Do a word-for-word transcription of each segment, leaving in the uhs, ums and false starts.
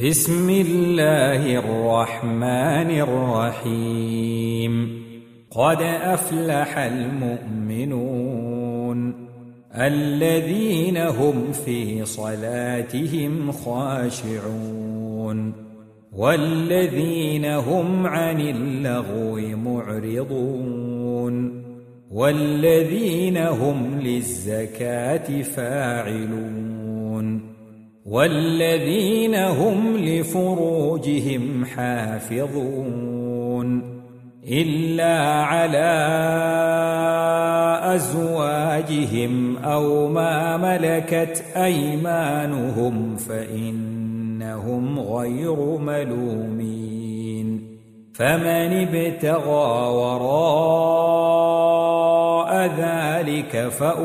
بسم الله الرحمن الرحيم. قد أفلح المؤمنون الذين هم في صلاتهم خاشعون والذين هم عن اللغو معرضون والذين هم للزكاة فاعلون والذين هم لفروجهم حافظون إلا على أزواجهم أو ما ملكت أيمانهم فإنهم غير ملومين. فمن ابتغى وراء ذلك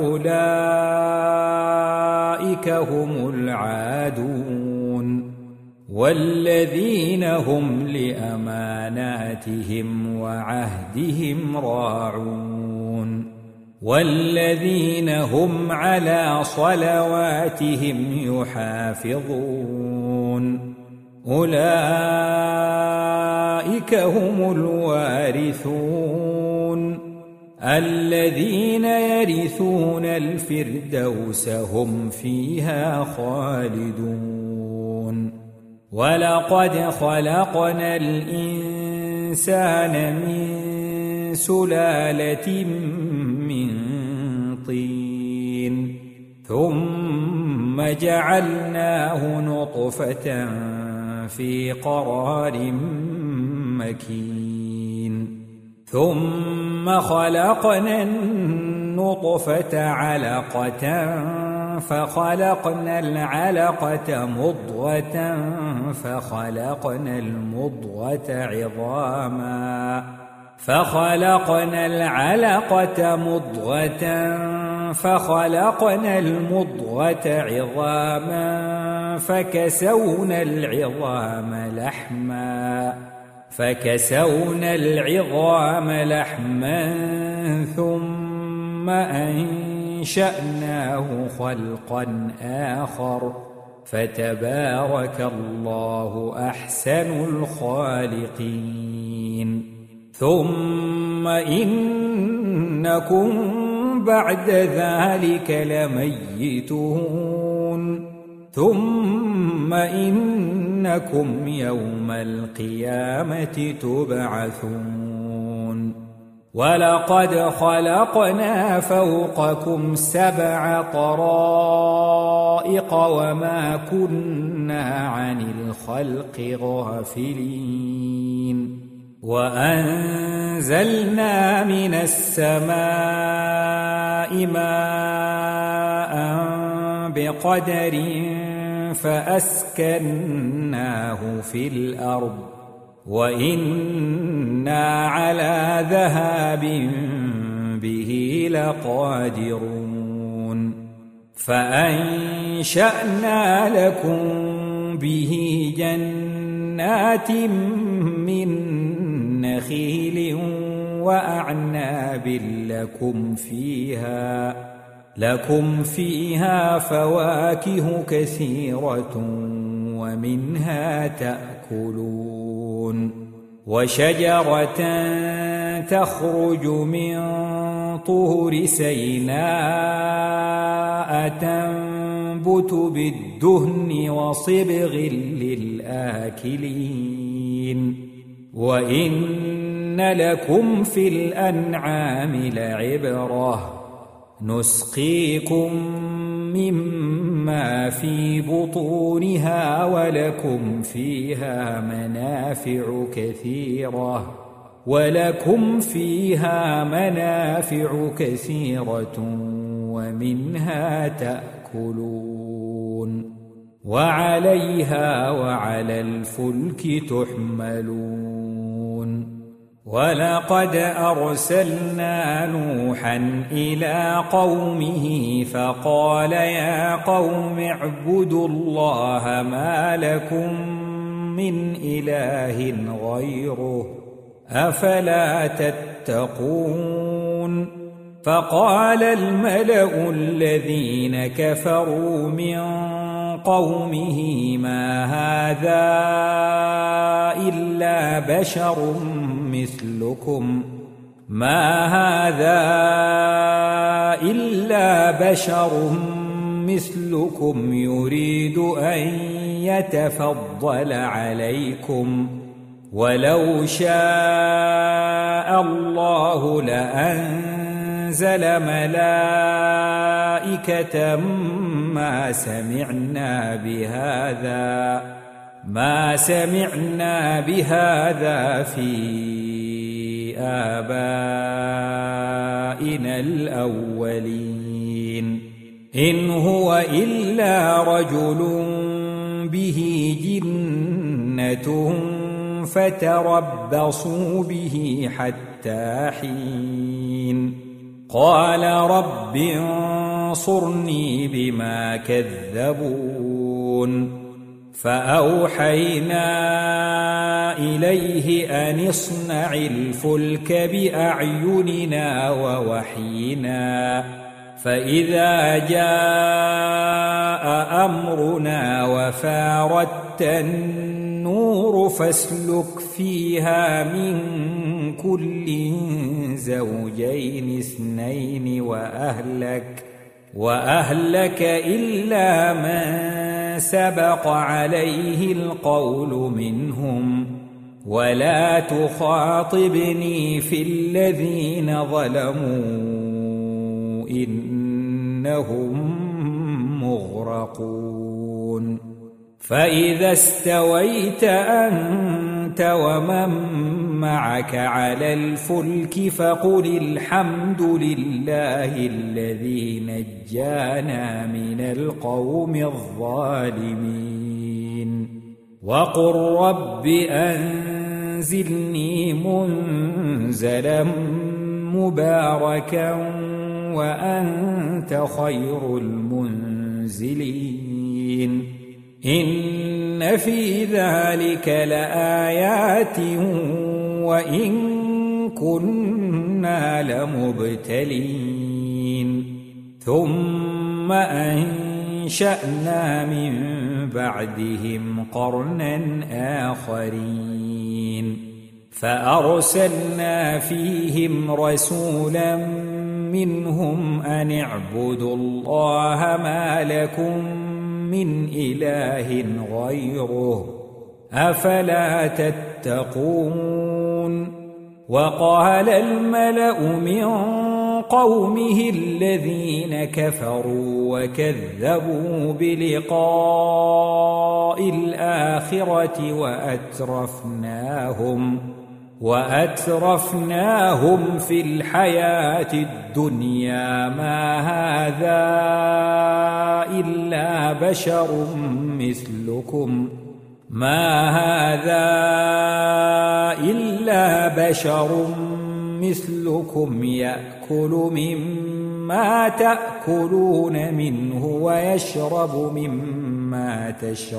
فأولئك هم العادون والذين هم لأماناتهم وعهدهم راعون والذين هم على صلواتهم يحافظون أولئك هم الوارثون الذين يرثون الفردوس هم فيها خالدون. ولقد خلقنا الإنسان من سلالة من طين ثم جعلناه نطفة في قرار مكين ثم خلقنا النطفة علقة فخلقنا العلقة مضغة فخلقنا المضغة عظاما فخلقنا العلقة مضغة فخلقنا المضغة عظاما فكسونا العظام لحما فكسونا العظام لحما ثم أنشأناه خلقا آخر فتبارك الله أحسن الخالقين. ثم إنكم بعد ذلك لميتون ثم إنكم يوم القيامة تبعثون. ولقد خلقنا فوقكم سبع طرائق وما كنا عن الخلق غافلين وأنزلنا من السماء ماء بقدر فأسكناه في الأرض وإنا على ذهاب به لقادرون. فأنشأنا لكم به جنات من نخيل وأعناب لكم فيها لكم فيها فواكه كثيرة ومنها تأكلون وشجرة تخرج من طور سيناء تنبت بالدهن وصبغ للآكلين وإن لكم في الأنعام لعبرة نسقيكم مما في بطونها ولكم فيها منافع كثيرة ولكم فيها منافع كثيرة ومنها تأكلون وعليها وعلى الفلك تحملون. ولقد أرسلنا نوحا إلى قومه فقال يا قوم اعبدوا الله ما لكم من إله غيره أفلا تتقون. فقال الملأ الذين كفروا من قومه ما هذا إلا بشر مثلكم ما هذا إلا بشر مثلكم يريد أن يتفضل عليكم ولو شاء الله لأنزل ملائكة ما سمعنا بهذا ما سمعنا بهذا في آبائنا الأولين إن هو إلا رجل به جنة فتربصوا به حتى حين قال رب انصرني بما كذبون فأوحينا إليه أن اصنع الفلك بأعيننا ووحينا فإذا جاء أمرنا وفاردت النور فاسلك فيها من كل زوجين اثنين وأهلك وأهلك إلا من سبق عليه القول منهم ولا تخاطبني في الذين ظلموا إنهم مغرقون فإذا استويت أنت ومن معك على الفلك فقل الحمد لله الذي نجانا من القوم الظالمين وقل رب أنزلني منزلا مباركا وأنت خير المنزلين إن في ذلك لآيات وإن كنا لمبتلين ثم أنشأنا من بعدهم قرنا آخرين فأرسلنا فيهم رسولا منهم أن اعبدوا الله ما لكم من إله غيره أفلا تتقون وقال الملأ من قومه الذين كفروا وكذبوا بلقاء الآخرة وأترفناهم وأترفناهم في الحياة الدنيا ما هذا إلا بشر مثلكم ما هذا إلا بشر مثلكم يأكل مما تأكلون منه ويشرب مما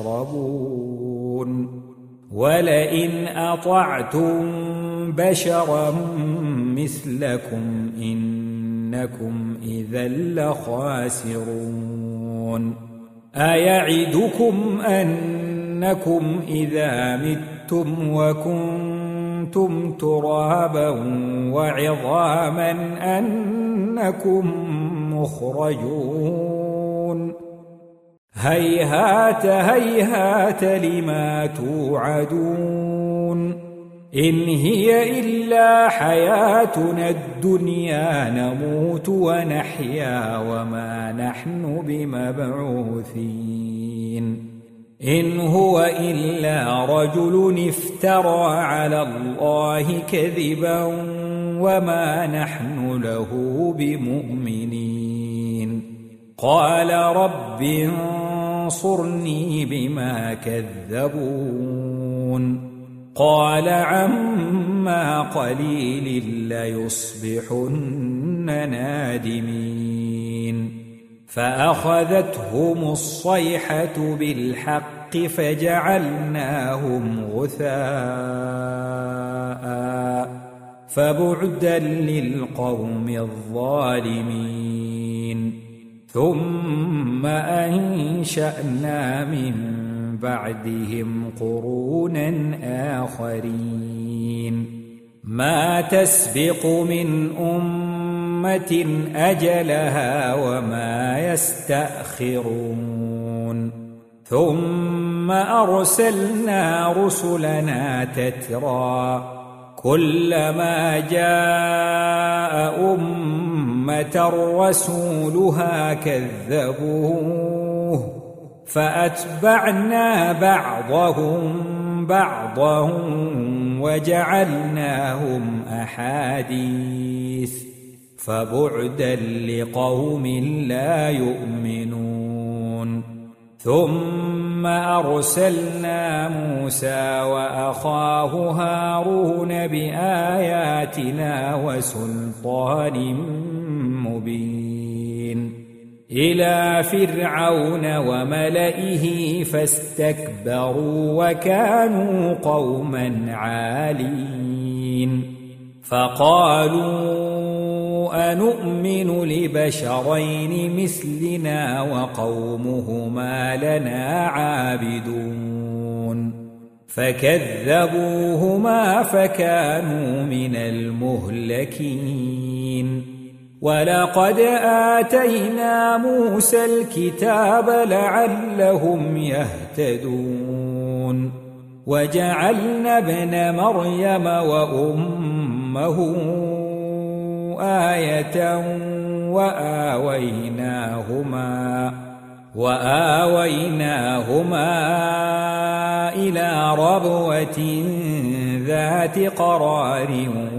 تشربون ولئن أطعتم بشرا مثلكم إنكم إذا لخاسرون أيعدكم أنكم إذا متم وكنتم ترابا وعظاما أنكم مخرجون هيهات هيهات لما توعدون إن هي إلا حياتنا الدنيا نموت ونحيا وما نحن بمبعوثين إن هو إلا رجل افترى على الله كذبا وما نحن له بمؤمنين قال رب انصرني بما كذبون قال عما قليل ليصبحن نادمين فأخذتهم الصيحة بالحق فجعلناهم غثاء فبعدا للقوم الظالمين ثم أنشأنا من بعدهم قرونا آخرين ما تسبق من أمة أجلها وما يستأخرون ثم أرسلنا رسلنا تترى كلما جاء أمة رسولها كذبوه فأتبعنا بعضهم بعضا وجعلناهم أحاديث فبعدا لقوم لا يؤمنون ثم أرسلنا موسى وأخاه هارون بآياتنا وسلطان مبين إلى فرعون وملئه فاستكبروا وكانوا قوما عالين فقالوا أنؤمن لبشرين مثلنا وقومهما لنا عابدون فكذبوهما فكانوا من المهلكين ولقد آتينا موسى الكتاب لعلهم يهتدون وجعلنا ابن مريم وأمه آية وآويناهما وآويناهما إلى ربوة ذات قرار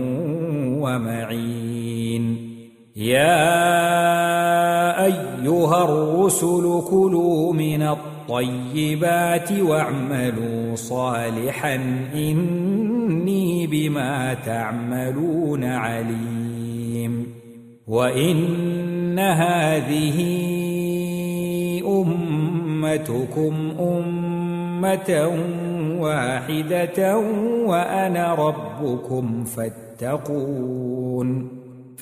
ومعين يا أيها الرسل كلوا من الطيبات واعملوا صالحا إني بما تعملون عليم وإن هذه أمتكم أمة واحدة وأنا ربكم فاتقون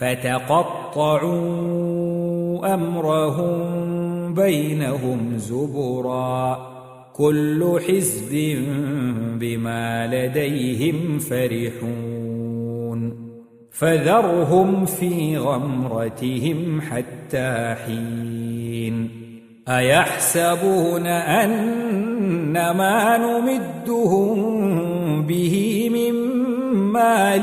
فتقطعوا أمرهم بينهم زبرا كل حزب بما لديهم فرحون فذرهم في غمرتهم حتى حين أيحسبون أن ما نمدهم به من مال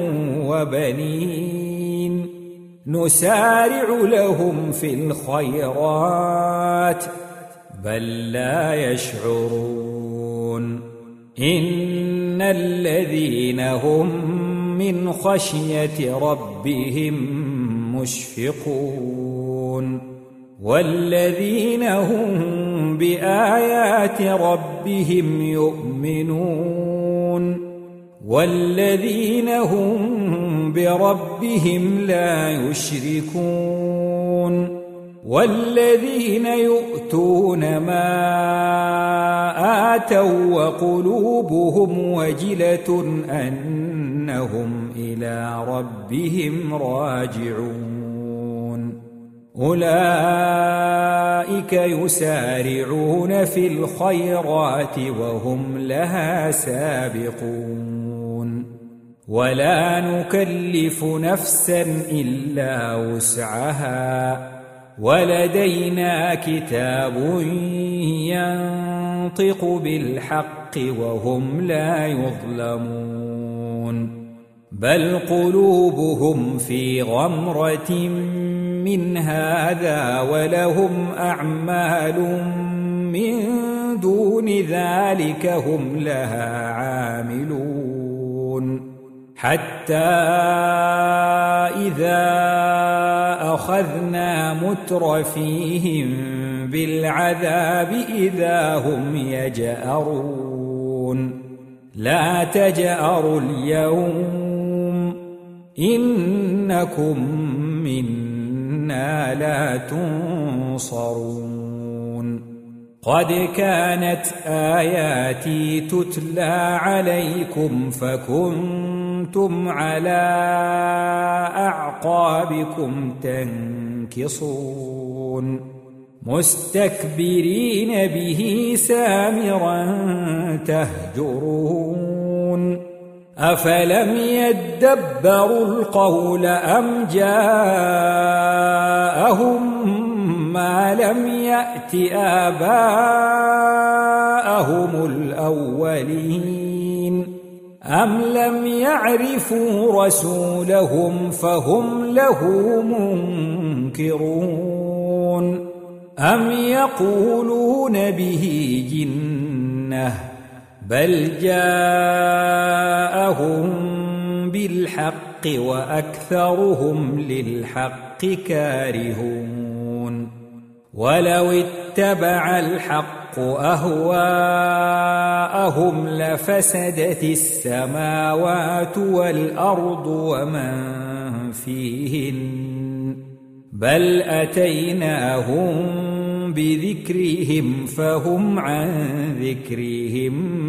وبنين نسارع لهم في الخيرات بل لا يشعرون إن الذين هم من خشية ربهم مشفقون والذين هم بآيات ربهم يؤمنون والذين هم بربهم لا يشركون والذين يؤتون ما آتوا وقلوبهم وجلة أنهم إلى ربهم راجعون أولئك يسارعون في الخيرات وهم لها سابقون ولا نكلف نفسا إلا وسعها ولدينا كتاب ينطق بالحق وهم لا يظلمون بل قلوبهم في غمرة من هذا ولهم أعمال من دون ذلك هم لها عاملون حتى إذا أخذنا مترفيهم بالعذاب إذا هم يجأرون لا تجأروا اليوم إنكم منا لا تنصرون قد كانت آياتي تتلى عليكم فكنتم على أعقابكم تنكصون مستكبرين به سامرا تهجرون أفلم يدبروا القول أم جاءهم ما لم يأت آباءهم الأولين أم لم يعرفوا رسولهم فهم له منكرون أم يقولون به جنة بل جاءهم بالحق وأكثرهم للحق كارهون ولو اتبع الحق أهواءهم لفسدت السماوات والأرض ومن فيهن بل أتيناهم بذكرهم فهم عن ذكرهم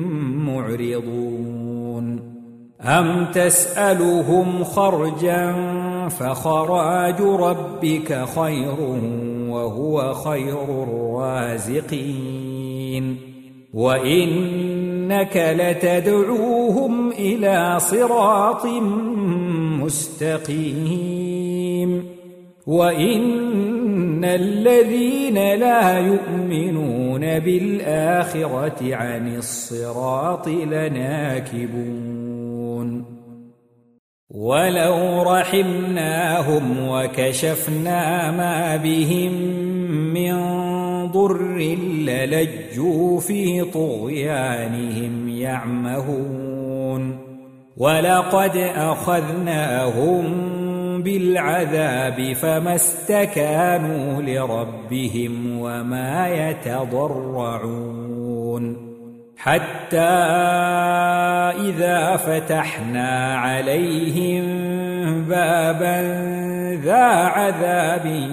معرضون أم تسألهم خرجا فخراج ربك خير وهو خير الرازقين وإنك لتدعوهم إلى صراط مستقيم وإن الذين لا يؤمنون بالآخرة عن الصراط لناكبون ولو رحمناهم وكشفنا ما بهم من ضر للجوا في طغيانهم يعمهون ولقد أخذناهم بالعذاب فما استكانوا لربهم وما يتضرعون حتى إذا فتحنا عليهم بابا ذا عذاب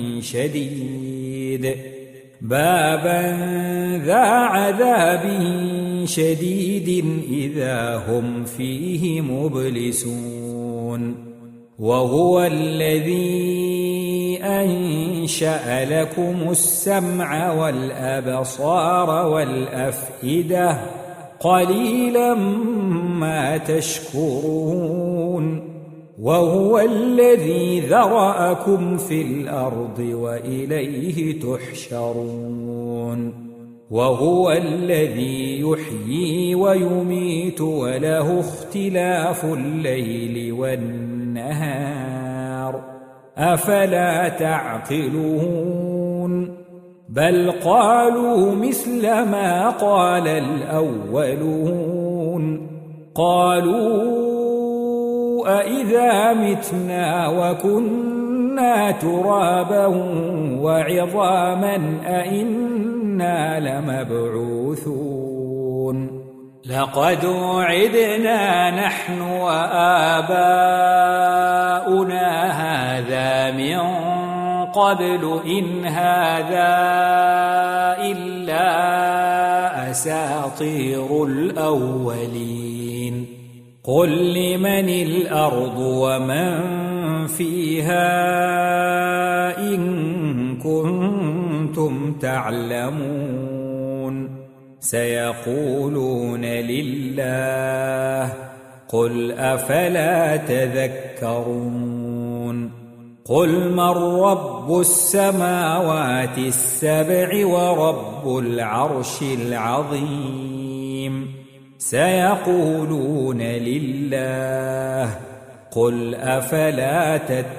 شديد بابا ذا عذاب شديد إذا هم فيه مبلسون وهو الذي أنشأ لكم السمع والأبصار والأفئدة قليلا ما تشكرون وهو الذي ذرأكم في الأرض وإليه تحشرون وهو الذي يحيي ويميت وله اختلاف الليل والنهار أفلا تعقلون بل قالوا مثل ما قال الأولون قالوا أإذا متنا وكنا ترابا وعظاما أإنا لمبعوثون لقد وعدنا نحن وآباؤنا هذا من قبل إن هذا إلا أساطير الأولين قل لمن الأرض ومن فيها إن كنتم تعلمون سيقولون لله قل أفلا تذكرون قل من رب السماوات السبع ورب العرش العظيم سيقولون لله قل أفلا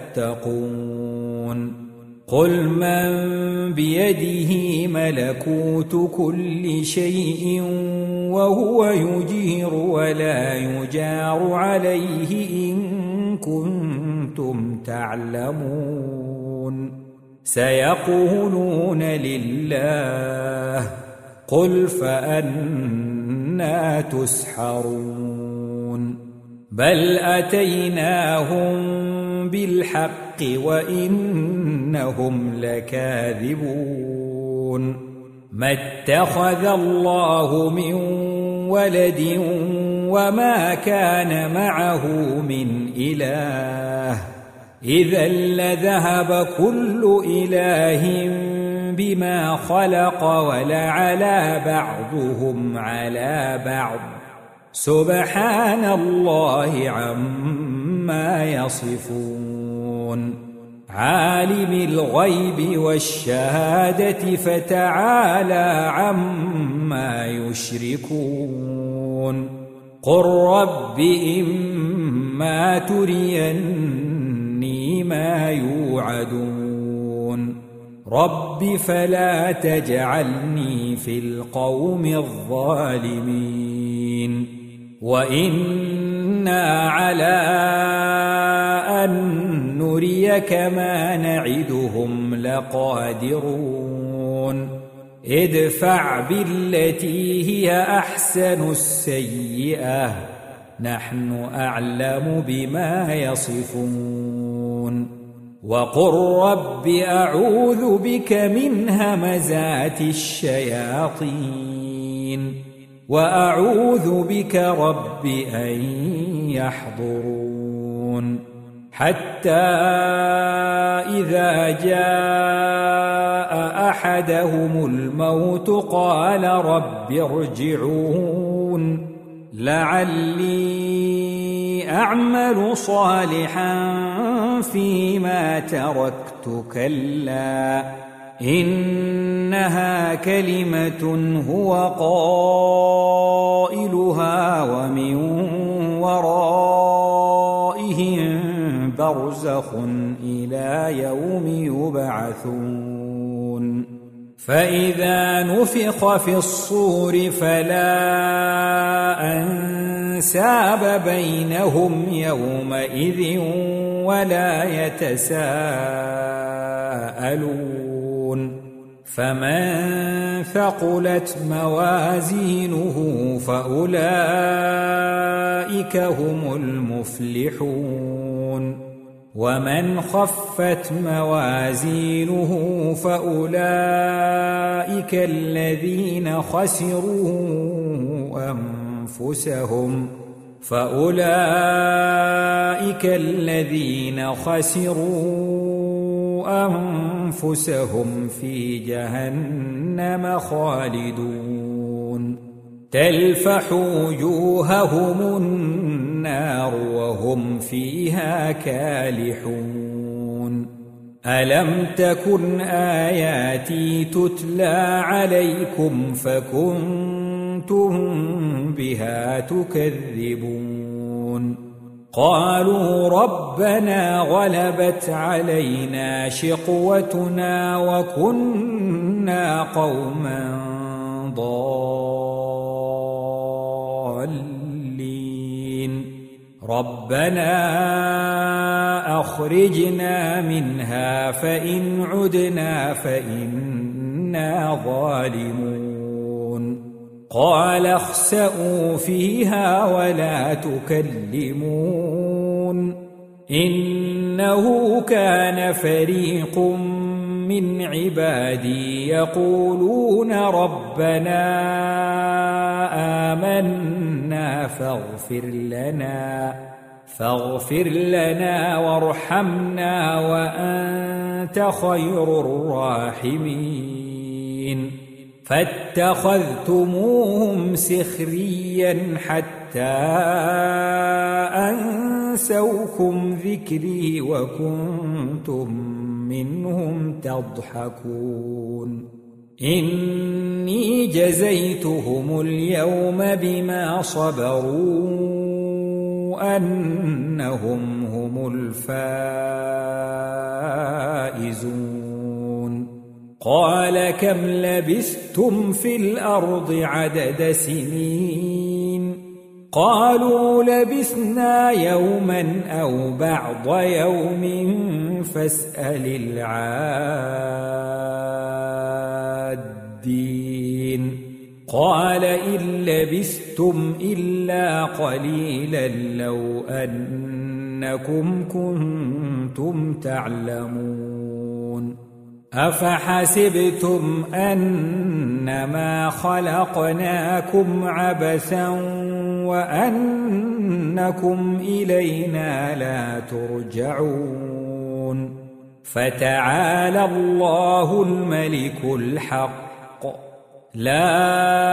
تتقون قل من بيده ملكوت كل شيء وهو يجير ولا يجار عليه إن كنتم تعلمون سيقولون لله قل فأنى تسحرون بل أتيناهم بالحق وإنهم لكاذبون ما اتخذ الله من ولد وما كان معه من إله إذا لذهب كل إله بما خلق ولعلى بعضهم على بعض سبحان الله عما يصفون عالم الغيب والشهادة فتعالى عما يشركون قل رب إما تريني ما يوعدون رب فلا تجعلني في القوم الظالمين وإنا على أن نريك ما نعدهم لقادرون ادفع بالتي هي أحسن السيئة نحن أعلم بما يصفون وقل رب أعوذ بك من همزات الشياطين وأعوذ بك رب أن يحضرون حتى إذا جاء أحدهم الموت قال رب ارجعون لعلي أعمل صالحا فيما تركت كلا إنها كلمة هو قائلها ومن ورائهم برزخ إلى يوم يبعثون فإذا نفخ في الصور فلا أنساب بينهم يومئذ ولا يتساءلون فمن ثقلت موازينه فأولئك هم المفلحون ومن خفت موازينه فأولئك الذين خسروا أنفسهم فأولئك الذين خسروا أنفسهم في جهنم خالدون تلفح وجوههم النار وهم فيها كالحون ألم تكن آياتي تتلى عليكم فكنتم بها تكذبون قالوا ربنا غلبت علينا شقوتنا وكنا قوما ضالين ربنا أخرجنا منها فإن عدنا فإنا ظالمون قال اخسئوا فيها ولا تكلمون إنه كان فريق من عبادي يقولون ربنا آمنا فاغفر لنا فاغفر لنا وارحمنا وأنت خير الراحمين فاتخذتموهم سخريا حتى أنسوكم ذكري وكنتم منهم تضحكون إني جزيتهم اليوم بما صبروا أنهم هم الفائزون قال كم لبثتم في الأرض عدد سنين قالوا لبثنا يوما أو بعض يوم فاسأل العادين قال إن لبثتم إلا قليلا لو أنكم كنتم تعلمون أفحسبتم أنما خلقناكم عبثا وأنكم إلينا لا ترجعون فتعالى الله الملك الحق لا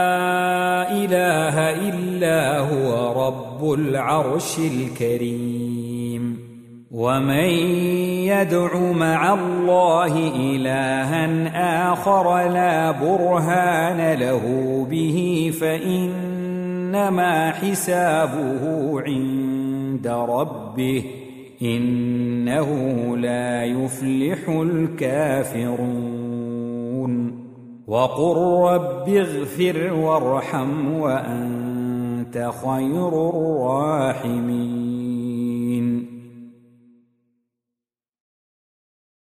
إله إلا هو رب العرش الكريم ومن يدع مع الله إلها آخر لا برهان له به فإنما حسابه عند ربه إنه لا يفلح الكافرون وقل رب اغفر وارحم وأنت خير الراحمين